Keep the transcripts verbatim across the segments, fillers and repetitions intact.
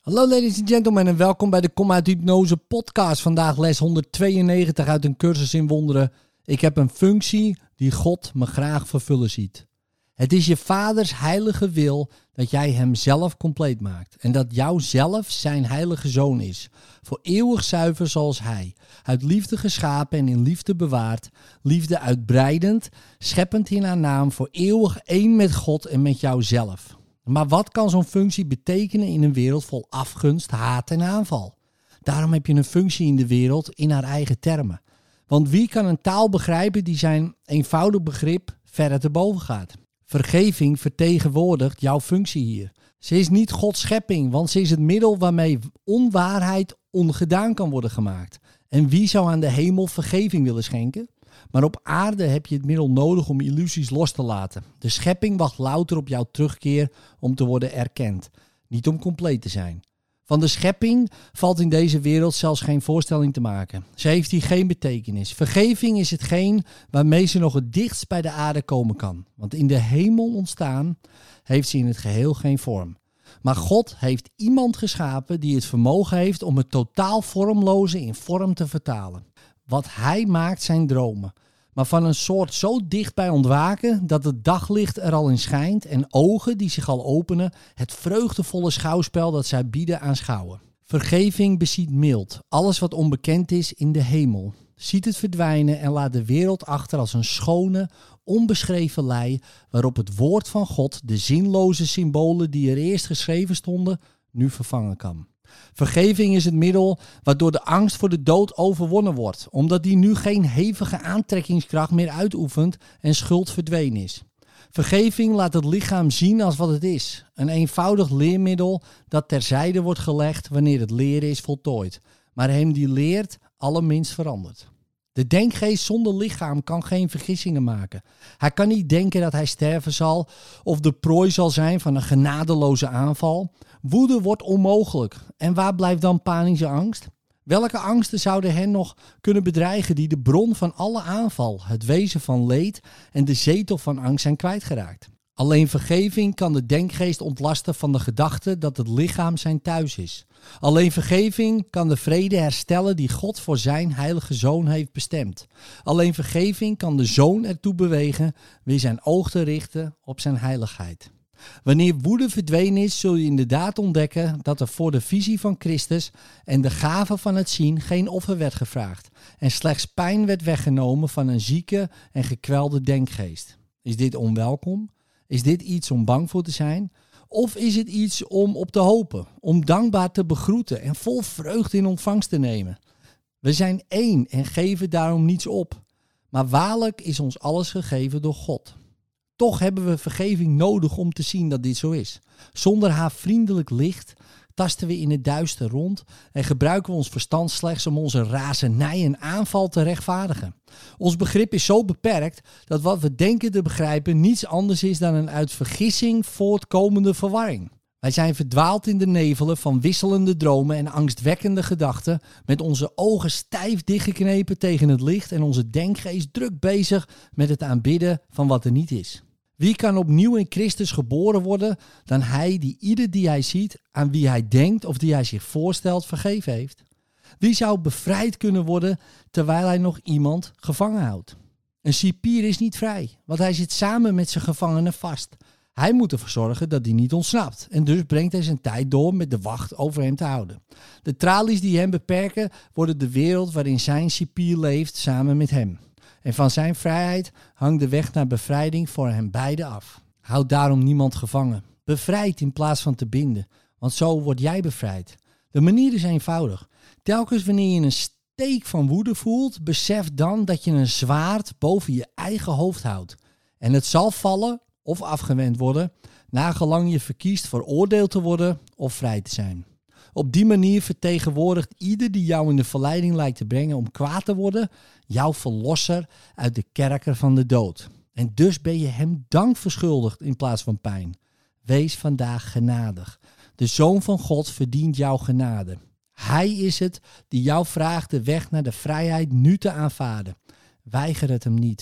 Hallo ladies and gentlemen en welkom bij de Kom uit Hypnose podcast. Vandaag les honderdtweeënnegentig uit een cursus in wonderen. Ik heb een functie die God me graag vervullen ziet. Het is je vaders heilige wil dat jij hem zelf compleet maakt. En dat jouw zelf zijn heilige zoon is. Voor eeuwig zuiver zoals hij. Uit liefde geschapen en in liefde bewaard. Liefde uitbreidend, scheppend in haar naam. Voor eeuwig één met God en met jouzelf. Maar wat kan zo'n functie betekenen in een wereld vol afgunst, haat en aanval? Daarom heb je een functie in de wereld in haar eigen termen. Want wie kan een taal begrijpen die zijn eenvoudig begrip verder te boven gaat? Vergeving vertegenwoordigt jouw functie hier. Ze is niet Gods schepping, want ze is het middel waarmee onwaarheid ongedaan kan worden gemaakt. En wie zou aan de hemel vergeving willen schenken? Maar op aarde heb je het middel nodig om illusies los te laten. De schepping wacht louter op jouw terugkeer om te worden erkend. Niet om compleet te zijn. Van de schepping valt in deze wereld zelfs geen voorstelling te maken. Ze heeft hier geen betekenis. Vergeving is hetgeen waarmee ze nog het dichtst bij de aarde komen kan. Want in de hemel ontstaan heeft ze in het geheel geen vorm. Maar God heeft iemand geschapen die het vermogen heeft om het totaal vormloze in vorm te vertalen. Wat hij maakt zijn dromen. Maar van een soort zo dicht bij ontwaken dat het daglicht er al in schijnt en ogen die zich al openen het vreugdevolle schouwspel dat zij bieden aanschouwen. Vergeving beziet mild, alles wat onbekend is in de hemel. Ziet het verdwijnen en laat de wereld achter als een schone, onbeschreven lei waarop het woord van God de zinloze symbolen die er eerst geschreven stonden nu vervangen kan. Vergeving is het middel waardoor de angst voor de dood overwonnen wordt, omdat die nu geen hevige aantrekkingskracht meer uitoefent en schuld verdwenen is. Vergeving laat het lichaam zien als wat het is, een eenvoudig leermiddel dat terzijde wordt gelegd wanneer het leren is voltooid, maar hem die leert allerminst verandert. De denkgeest zonder lichaam kan geen vergissingen maken. Hij kan niet denken dat hij sterven zal of de prooi zal zijn van een genadeloze aanval. Woede wordt onmogelijk. En waar blijft dan panische angst? Welke angsten zouden hen nog kunnen bedreigen die de bron van alle aanval, het wezen van leed en de zetel van angst zijn kwijtgeraakt? Alleen vergeving kan de denkgeest ontlasten van de gedachte dat het lichaam zijn thuis is. Alleen vergeving kan de vrede herstellen die God voor zijn heilige zoon heeft bestemd. Alleen vergeving kan de zoon ertoe bewegen weer zijn oog te richten op zijn heiligheid. Wanneer woede verdwenen is, zul je inderdaad ontdekken dat er voor de visie van Christus en de gave van het zien geen offer werd gevraagd en slechts pijn werd weggenomen van een zieke en gekwelde denkgeest. Is dit onwelkom? Is dit iets om bang voor te zijn? Of is het iets om op te hopen, om dankbaar te begroeten en vol vreugde in ontvangst te nemen? We zijn één en geven daarom niets op. Maar waarlijk is ons alles gegeven door God. Toch hebben we vergeving nodig om te zien dat dit zo is. Zonder haar vriendelijk licht tasten we in het duister rond en gebruiken we ons verstand slechts om onze razernij en aanval te rechtvaardigen. Ons begrip is zo beperkt dat wat we denken te begrijpen niets anders is dan een uit vergissing voortkomende verwarring. Wij zijn verdwaald in de nevelen van wisselende dromen en angstwekkende gedachten, met onze ogen stijf dichtgeknepen tegen het licht en onze denkgeest druk bezig met het aanbidden van wat er niet is. Wie kan opnieuw in Christus geboren worden dan hij die ieder die hij ziet, aan wie hij denkt of die hij zich voorstelt, vergeven heeft? Wie zou bevrijd kunnen worden terwijl hij nog iemand gevangen houdt? Een cipier is niet vrij, want hij zit samen met zijn gevangenen vast. Hij moet ervoor zorgen dat hij niet ontsnapt en dus brengt hij zijn tijd door met de wacht over hem te houden. De tralies die hem beperken worden de wereld waarin zijn cipier leeft samen met hem. En van zijn vrijheid hangt de weg naar bevrijding voor hen beiden af. Houd daarom niemand gevangen. Bevrijd in plaats van te binden, want zo word jij bevrijd. De manier is eenvoudig. Telkens wanneer je een steek van woede voelt, besef dan dat je een zwaard boven je eigen hoofd houdt. En het zal vallen of afgewend worden, nagelang je verkiest veroordeeld te worden of vrij te zijn. Op die manier vertegenwoordigt ieder die jou in de verleiding lijkt te brengen om kwaad te worden, jouw verlosser uit de kerker van de dood. En dus ben je hem dank verschuldigd in plaats van pijn. Wees vandaag genadig. De Zoon van God verdient jouw genade. Hij is het die jou vraagt de weg naar de vrijheid nu te aanvaarden. Weiger het hem niet.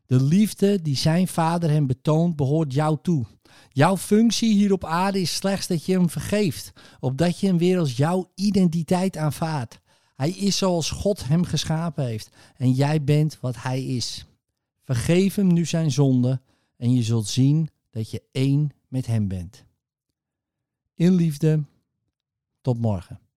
De liefde die zijn vader hem betoont, behoort jou toe. Jouw functie hier op aarde is slechts dat je hem vergeeft, opdat je hem weer als jouw identiteit aanvaardt. Hij is zoals God hem geschapen heeft en jij bent wat hij is. Vergeef hem nu zijn zonde en je zult zien dat je één met hem bent. In liefde, tot morgen.